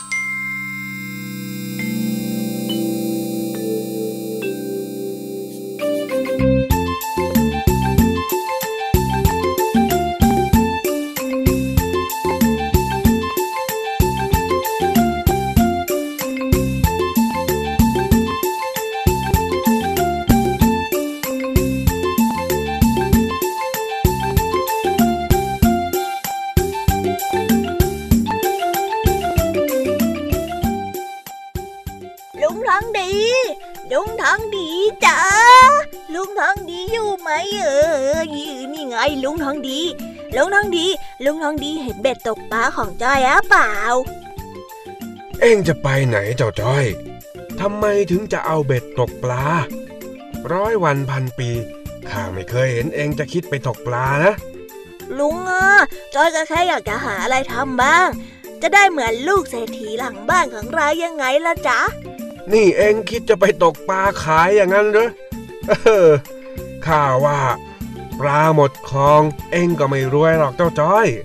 ลุงทองดีจ้าลุงทองดีอยู่ไหมเออนี่ไงลุงทองดีลุงทองดีลุงทองดีเห็นเบ็ดตกปลาของจ้อยหรือเปล่าเอ็งจะไปไหนเจ้าจ้อยทำไมถึงจะเอาเบ็ดตกปลาร้อยวันพันปีข้าไม่เคยเห็นเอ็งจะคิดไปตกปลานะลุงอ่ะจ้อยก็แค่อยากจะหาอะไรทำบ้างจะได้เหมือนลูกเศรษฐีหลังบ้านของเรายังไงล่ะจ๊ะนี่เอ็งคิดจะไปตกปลาขายอย่างนั้นเหรอเออข้าว่าปลาหมดคลองเอ็งก็ไม่รวยหรอกเจ้าจ้อย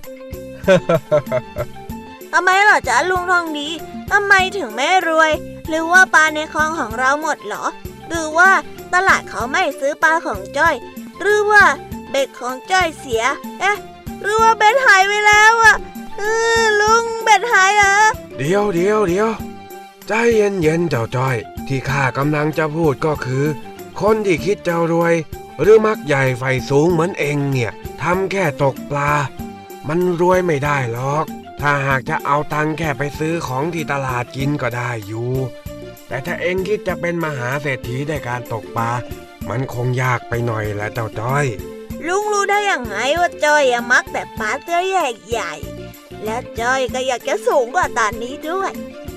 ทำไมเหรอจ๊ะลุงทองดีทำไมถึงไม่รวยหรือว่าปลาในคลองของเราหมดเหรอหรือว่าตลาดเขาไม่ซื้อปลาของจ้อยหรือว่าเบ็ดของจ้อยเสียเอ๊ะหรือว่าเบ็ดหายไปแล้วอ่ะเออลุงเบ็ดหายเหรอเดี๋ยวเดี๋ยวเดี๋ยวใจเย็นๆเจ้าจ้อยที่ข้ากำลังจะพูดก็คือคนที่คิดจะรวยหรือมักใหญ่ไฟสูงเหมือนเองเนี่ยทำแค่ตกปลามันรวยไม่ได้หรอกถ้าหากจะเอาตังค์แค่ไปซื้อของที่ตลาดกินก็ได้อยู่แต่ถ้าเองคิดจะเป็นมหาเศรษฐีได้การตกปลามันคงยากไปหน่อยแหละเจ้าจ้อยลุงรู้ได้ยังไงว่าจ้อยมักแต่ปลาตัวใหญ่ๆและจ้อยก็อยากจะสูงกว่าตอนนี้ด้วย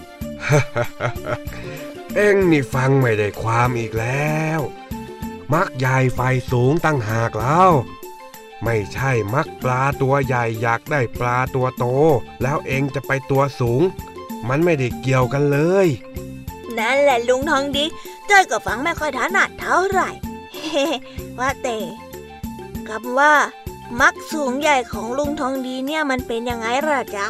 เอ็งนี่ฟังไม่ได้ความอีกแล้วมักใหญ่ไฟสูงตั้งหากแล้วไม่ใช่มักปลาตัวใหญ่อยากได้ปลาตัวโตแล้วเอ็งจะไปตัวสูงมันไม่ได้เกี่ยวกันเลยนั่นแหละลุงทองดีจ้อยก็ฟังไม่ค่อยถนัดเท่าไหร่ ว่าแต่คำว่ามักสูงใหญ่ของลุงทองดีเนี่ยมันเป็นยังไงล่ะจ๊ะ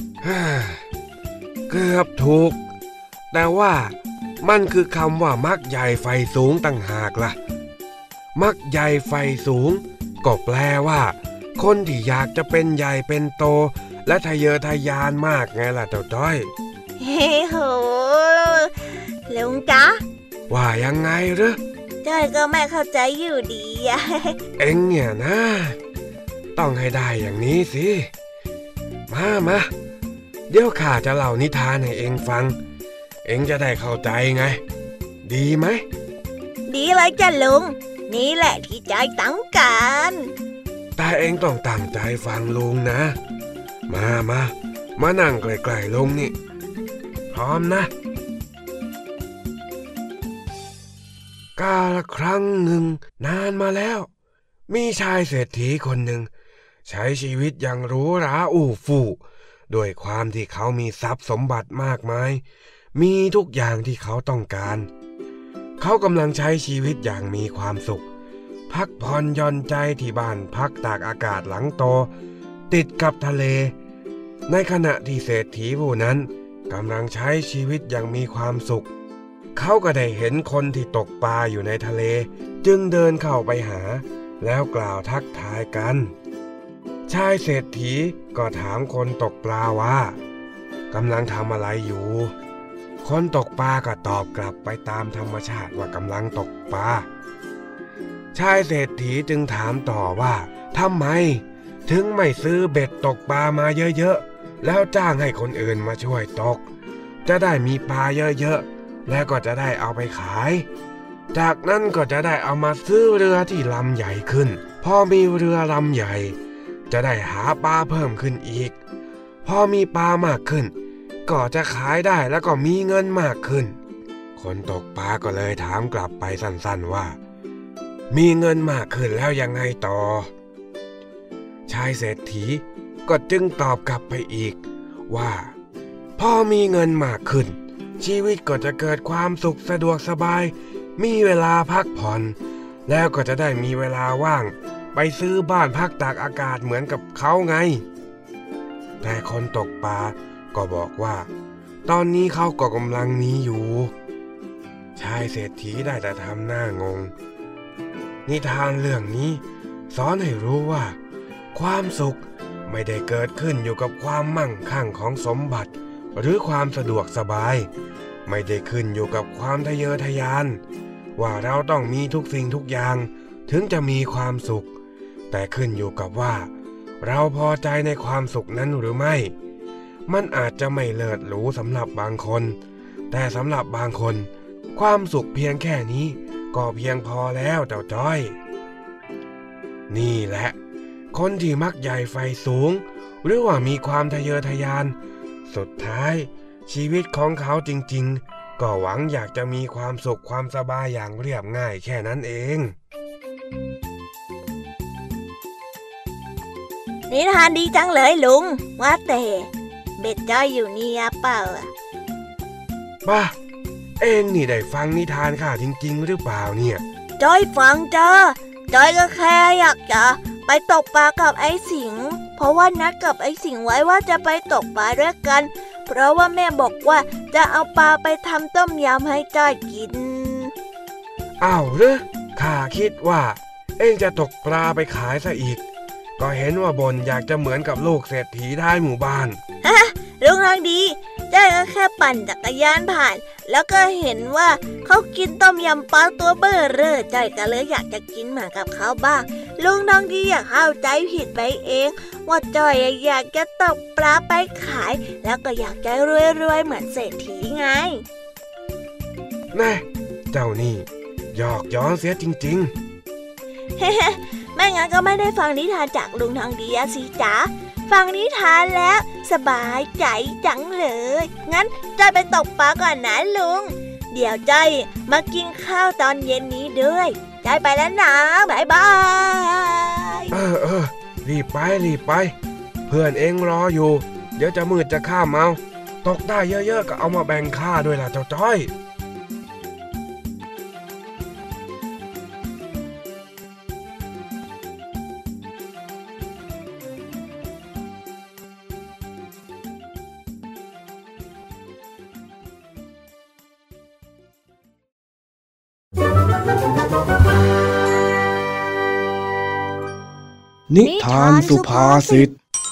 เกือบถูกแต่ว่ามันคือคำว่ามักใหญ่ไฟสูงตั้งหากล่ะมักใหญ่ไฟสูงก็แปลว่าคนที่อยากจะเป็นใหญ่เป็นโตและทะเยอทะยานมากไงล่ะเจ้าจ้อยเฮ้โหลุงจ๊ะว่ายังไงหรือจ้อยก็ไม่เข้าใจอยู่ดีอะเอ็งเนี่ยนะต้องให้ได้อย่างนี้สิมามาเดี๋ยวข้าจะเล่านิทานให้เอ็งฟังเอ็งจะได้เข้าใจไงดีไหมดีเลยจ้ะลุงนี่แหละที่ใจต้องการแต่เอ็งต้องตั้งใจฟังลุงนะมามามานั่งใกล้ๆลุงนี่พร้อมนะกาลครั้งหนึ่งนานมาแล้วมีชายเศรษฐีคนหนึ่งใช้ชีวิตอย่างหรูหราอู้ฟู่ด้วยความที่เขามีทรัพย์สมบัติมากมายมีทุกอย่างที่เขาต้องการเขากำลังใช้ชีวิตอย่างมีความสุขพักผ่อนหย่อนใจที่บ้านพักตากอากาศหลังโตติดกับทะเลในขณะที่เศรษฐีผู้นั้นกำลังใช้ชีวิตอย่างมีความสุขเขาก็ได้เห็นคนที่ตกปลาอยู่ในทะเลจึงเดินเข้าไปหาแล้วกล่าวทักทายกันชายเศรษฐีก็ถามคนตกปลาว่ากำลังทำอะไรอยู่คนตกปลาก็ตอบกลับไปตามธรรมชาติว่ากำลังตกปลาชายเศรษฐีจึงถามต่อว่าทำไมถึงไม่ซื้อเบ็ดตกปลามาเยอะๆแล้วจ้างให้คนอื่นมาช่วยตกจะได้มีปลาเยอะๆแล้วก็จะได้เอาไปขายจากนั้นก็จะได้เอามาซื้อเรือที่ลำใหญ่ขึ้นพอมีเรือลำใหญ่จะได้หาปลาเพิ่มขึ้นอีกพอมีปลามากขึ้นก็จะขายได้แล้วก็มีเงินมากขึ้นคนตกปลาก็เลยถามกลับไปสั้นๆว่ามีเงินมากขึ้นแล้วยังไงต่อชายเศรษฐีก็จึงตอบกลับไปอีกว่าพอมีเงินมากขึ้นชีวิตก็จะเกิดความสุขสะดวกสบายมีเวลาพักผ่อนแล้วก็จะได้มีเวลาว่างไปซื้อบ้านพักตากอากาศเหมือนกับเขาไงแต่คนตกปลาก็บอกว่าตอนนี้เขาก็กำลังมีอยู่ชายเศรษฐีได้แต่ทำหน้างงนิทานเรื่องนี้สอนให้รู้ว่าความสุขไม่ได้เกิดขึ้นอยู่กับความมั่งคั่งของสมบัติหรือความสะดวกสบายไม่ได้ขึ้นอยู่กับความทะเยอทะยานว่าเราต้องมีทุกสิ่งทุกอย่างถึงจะมีความสุขแต่ขึ้นอยู่กับว่าเราพอใจในความสุขนั้นหรือไม่มันอาจจะไม่เลิศหรูสำหรับบางคนแต่สำหรับบางคนความสุขเพียงแค่นี้ก็เพียงพอแล้วเจ้าจ้อยนี่แหละคนที่มักใหญ่ไฟสูงหรือว่ามีความทะเยอทะยานสุดท้ายชีวิตของเขาจริงๆก็หวังอยากจะมีความสุขความสบายอย่างเรียบง่ายแค่นั้นเองนิทานดีจังเลยลุงว่าแต่เบ็ดจ้อยอยู่นี่เปล่าบ้าเองนี่ได้ฟังนิทานข้าจริงๆหรือเปล่าเนี่ยจ้อยฟังจ้าจ้อยก็แค่อยากจะไปตกปลากับไอ้สิงเพราะว่านัดกับไอ้สิงไว้ว่าจะไปตกปลาด้วยกันเพราะว่าแม่บอกว่าจะเอาปลาไปทำต้มยำให้จ้อยกินอ้าวหรือข้าคิดว่าเองจะตกปลาไปขายซะอีกก็เห็นว่าบนอยากจะเหมือนกับลูกเศรษฐีท้ายหมู่บ้านฮะลุงทางดีจ้อยก็แค่ปั่นจักรยานผ่านแล้วก็เห็นว่าเขากินต้มยำปลาตัวเบ้อเร่อจ้อยก็เลยอยากจะกินเหมือนกับเขาบ้างลุงทางดีอยากเข้าใจผิดไปเองว่าจ้อยอยากจะตกปลาไปขายแล้วก็อยากจะรวยๆเหมือนเศรษฐีไงแน่เจ้านี่หยอกย้อนเสียจริงๆเฮ้แม่งั้นก็ไม่ได้ฟังนิทานจากลุงทางดีสิจ๋าฟังนิทานแล้วสบายใจจังเลยงั้นจ้อยไปตกปลาก่อนนะลุงเดี๋ยวจ้อยมากินข้าวตอนเย็นนี้ด้วยจ้อยไปแล้วนะบ๊ายบายเออเออรีบไปรีบไปเพื่อนเองรออยู่เดี๋ยวจะมืดจะข้ามเอาตกได้เยอะๆก็เอามาแบ่งข้าด้วยล่ะเจ้าจ้อยนิทานสุภาษิต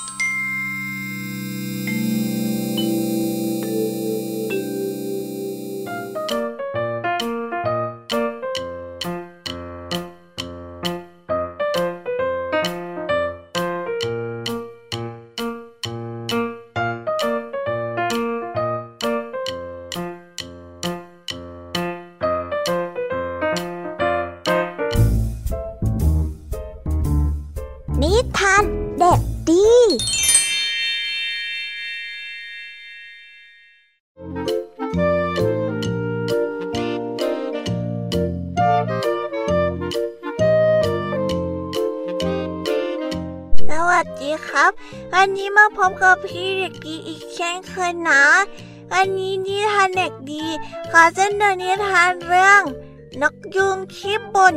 นิทานเด็กดี วัสดีครับวันนี้มาพบกับพี่เด็กดีอีกเช่นเคยนะวันนี้นิทานเด็กดีขอเสนอนิทานเรื่องนกยูงขี้บ่น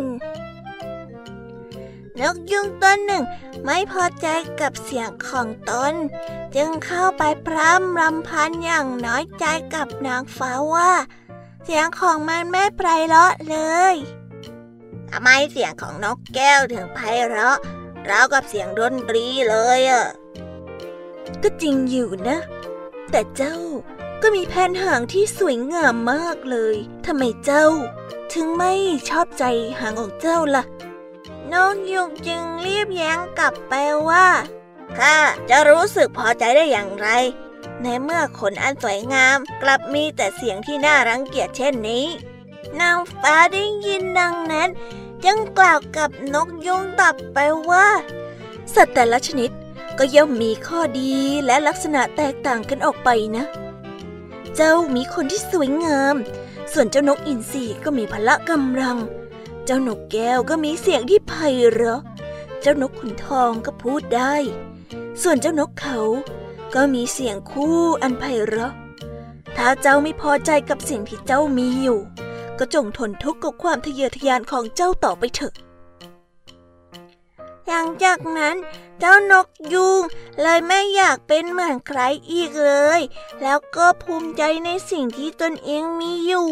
นกยูงตัวหนึ่งไม่พอใจกับเสียงของตนจึงเข้าไปพร่ำรำพันอย่างน้อยใจกับนางฟ้าว่าเสียงของมันไม่ไพเราะเลยทำไมเสียงของนกแก้วถึงไพเราะราวกับเสียงดนตรีเลยอ่ะก็จริงอยู่นะแต่เจ้าก็มีแผ่นหางที่สวยงามมากเลยทำไมเจ้าถึงไม่ชอบใจหางของเจ้าล่ะนกยูงจึงรีบแย้งกลับไปว่าข้าจะรู้สึกพอใจได้อย่างไรในเมื่อขนอันสวยงามกลับมีแต่เสียงที่น่ารังเกียจเช่นนี้นางฟ้าได้ยินดังนั้นจึงกล่าวกับนกยูงต่อไปว่าสัตว์แต่ละชนิดก็ย่อมมีข้อดีและลักษณะแตกต่างกันออกไปนะเจ้ามีคนที่สวยงามส่วนเจ้านกอินทรีก็มีพละกำลังเจ้านกแก้วก็มีเสียงที่ไพเราะเจ้านกขุนทองก็พูดได้ส่วนเจ้านกเขาก็มีเสียงคู่อันไพเราะถ้าเจ้าไม่พอใจกับสิ่งที่เจ้ามีอยู่ก็จงทนทุกข์กับความทะเยอทะยานของเจ้าต่อไปเถอะหลังจากนั้นเจ้านกยูงเลยไม่อยากเป็นเหมือนใครอีกเลยแล้วก็ภูมิใจในสิ่งที่ตนเองมีอยู่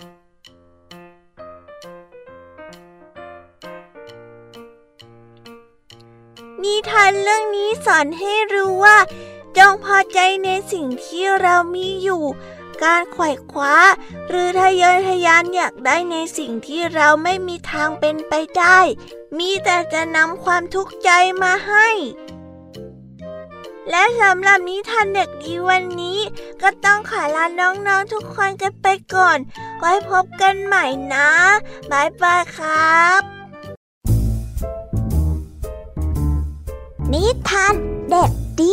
นิทานเรื่องนี้สอนให้รู้ว่าจงพอใจในสิ่งที่เรามีอยู่การไขว่คว้าหรือทะเยอทะยานอยากได้ในสิ่งที่เราไม่มีทางเป็นไปได้มีแต่จะนำความทุกข์ใจมาให้และสำหรับนิทานเด็กดีวันนี้ก็ต้องขอลาน้องๆทุกคนกันไปก่อนไว้พบกันใหม่นะบ๊ายบายครับนิทานเด็กดี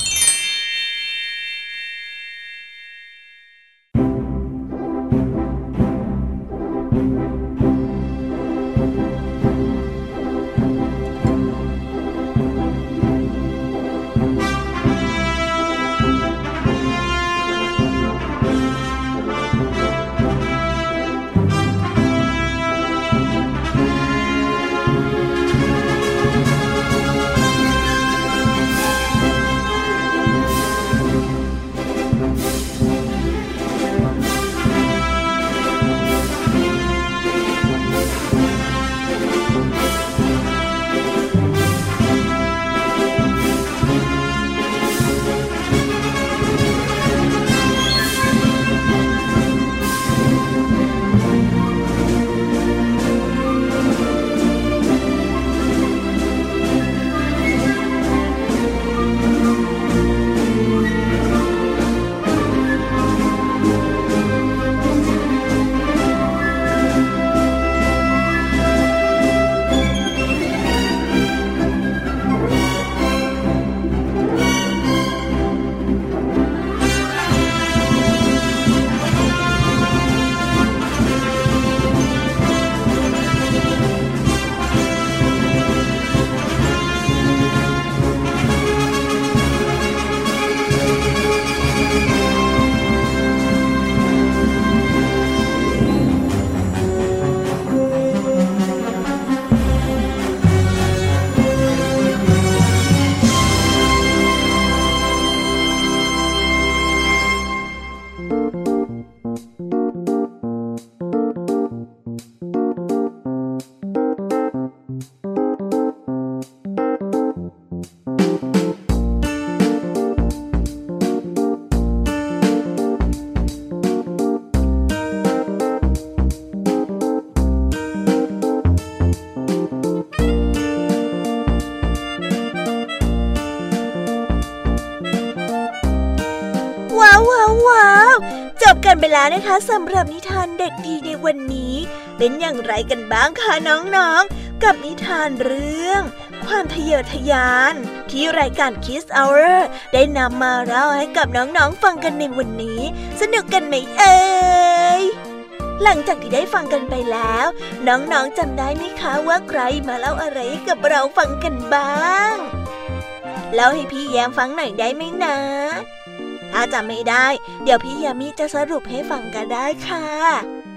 กันไปแล้วนะคะสำหรับนิทานเด็กดีในวันนี้เป็นอย่างไรกันบ้างคะน้องๆกับนิทานเรื่องความทะเยอทะยานที่รายการ Kids Hour ได้นำมาเล่าให้กับน้องๆฟังกันในวันนี้สนุกกันไหมเอ่ยหลังจากที่ได้ฟังกันไปแล้วน้องๆจำได้ไหมคะว่าใครมาเล่าอะไรให้กับเราฟังกันบ้างเล่าให้พี่แยมฟังหน่อยได้ไหมนะถ้าจำไม่ได้เดี๋ยวพี่ยามีจะสรุปให้ฟังกันได้ค่ะ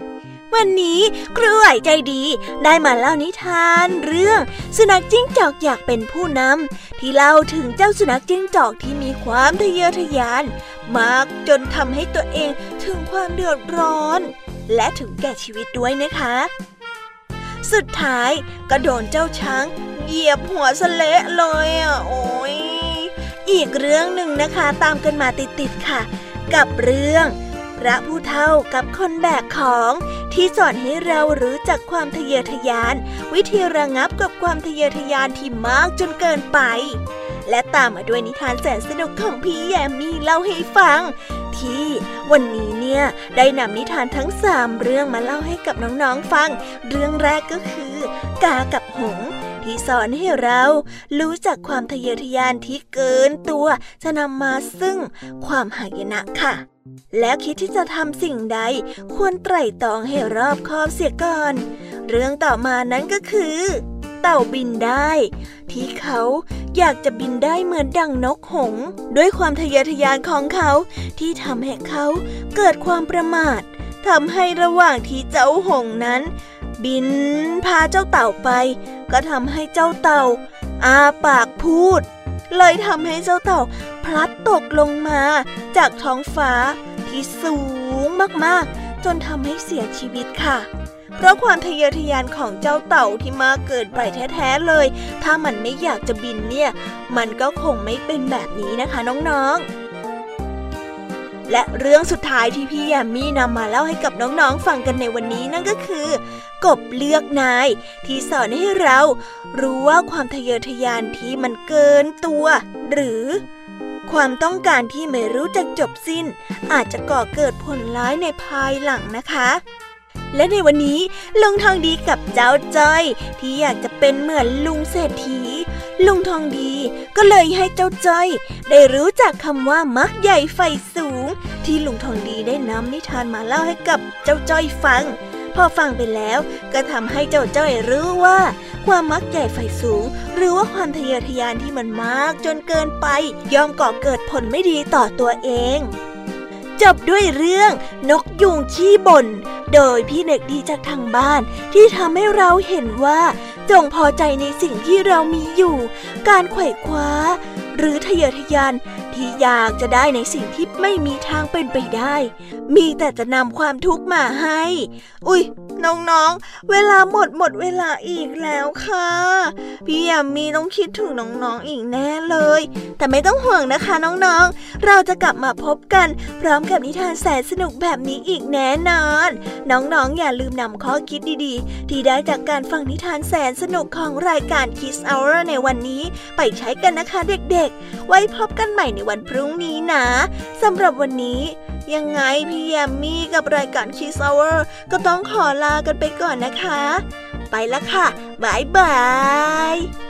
วันนี้ครูไหวใจดีได้มาเล่านิทานเรื่องสุนัขจิ้งจอกอยากเป็นผู้นำที่เล่าถึงเจ้าสุนัขจิ้งจอกที่มีความทะเยอทะยานมากจนทำให้ตัวเองถึงความเดือดร้อนและถึงแก่ชีวิตด้วยนะคะสุดท้ายก็โดนเจ้าช้างเหยียบหัวสะเละเลยอ่ะโอ้ยอีกเรื่องหนึ่งนะคะตามกันมาติดๆค่ะกับเรื่องพระผู้เฒ่ากับคนแบกของที่สอนให้เรารู้จักความทะเยอทะยานวิธีระงับกับความทะเยอทะยานที่มากจนเกินไปและตามมาด้วยนิทานแสนสนุกของพี่แยมมี่เล่าให้ฟังที่วันนี้เนี่ยได้นำนิทานทั้งสามเรื่องมาเล่าให้กับน้องๆฟังเรื่องแรกก็คือกากับหงส์ที่สอนให้เรารู้จักความทะเยอทะยานที่เกินตัวจะนำมาซึ่งความหายนะค่ะแล้วคิดที่จะทำสิ่งใดควรไตร่ตรองให้รอบคอบเสียก่อนเรื่องต่อมานั้นก็คือเต่าบินได้ที่เขาอยากจะบินได้เหมือนดั่งนกหงส์ด้วยความทะเยอทะยานของเขาที่ทำให้เขาเกิดความประมาททำให้ระหว่างที่เจ้าหงส์นั้นบินพาเจ้าเต่าไปก็ทำให้เจ้าเต่าอาปากพูดเลยทำให้เจ้าเต่าพลัดตกลงมาจากท้องฟ้าที่สูงมากๆจนทำให้เสียชีวิตค่ะเพราะความทะเยอทะยานของเจ้าเต่าที่มากเกินไปแท้ๆเลยถ้ามันไม่อยากจะบินเนี่ยมันก็คงไม่เป็นแบบนี้นะคะน้องๆและเรื่องสุดท้ายที่พี่แยมมี่นำมาเล่าให้กับน้องๆฟังกันในวันนี้นั่นก็คือกบเลือกนายที่สอนให้เรารู้ว่าความทะเยอทะยานที่มันเกินตัวหรือความต้องการที่ไม่รู้จักจบสิ้นอาจจะก่อเกิดผลร้ายในภายหลังนะคะและในวันนี้ลุงทองดีกับเจ้าจ้อยที่อยากจะเป็นเหมือนลุงเศรษฐีลุงทองดีก็เลยให้เจ้าจ้อยได้รู้จักคำว่ามักใหญ่ไฟสูงที่ลุงทองดีได้นำนิทานมาเล่าให้กับเจ้าจ้อยฟังพอฟังไปแล้วก็ทำให้เจ้าจ้อยรู้ว่าความมักใหญ่ไฟสูงหรือว่าความทะเยอทะยานที่มันมากจนเกินไปย่อมก่อเกิดผลไม่ดีต่อตัวเองจบด้วยเรื่องนกยูงขี้บ่นโดยพี่เด็กดีจากทางบ้านที่ทำให้เราเห็นว่าจงพอใจในสิ่งที่เรามีอยู่การไขว่คว้าหรือทะเยอทะยานที่อยากจะได้ในสิ่งที่ไม่มีทางเป็นไปได้มีแต่จะนำความทุกข์มาให้อุ๊ยน้องๆเวลาหมดหมดเวลาอีกแล้วค่ะพี่ยามีต้องคิดถึงน้องๆอีกแน่เลยแต่ไม่ต้องห่วงนะคะน้องๆเราจะกลับมาพบกันพร้อมกับนิทานแสนสนุกแบบนี้อีกแน่นอนน้องๆอย่าลืมนำข้อคิดดีๆที่ได้จากการฟังนิทานแสนสนุกของรายการ Kids Hour ในวันนี้ไปใช้กันนะคะเด็กๆไว้พบกันใหม่ในวันพรุ่งนี้นะสำหรับวันนี้ยังไงพี่แยมมี่กับรายการ Kids Hour ก็ต้องขอลากันไปก่อนนะคะไปละค่ะบ๊ายบาย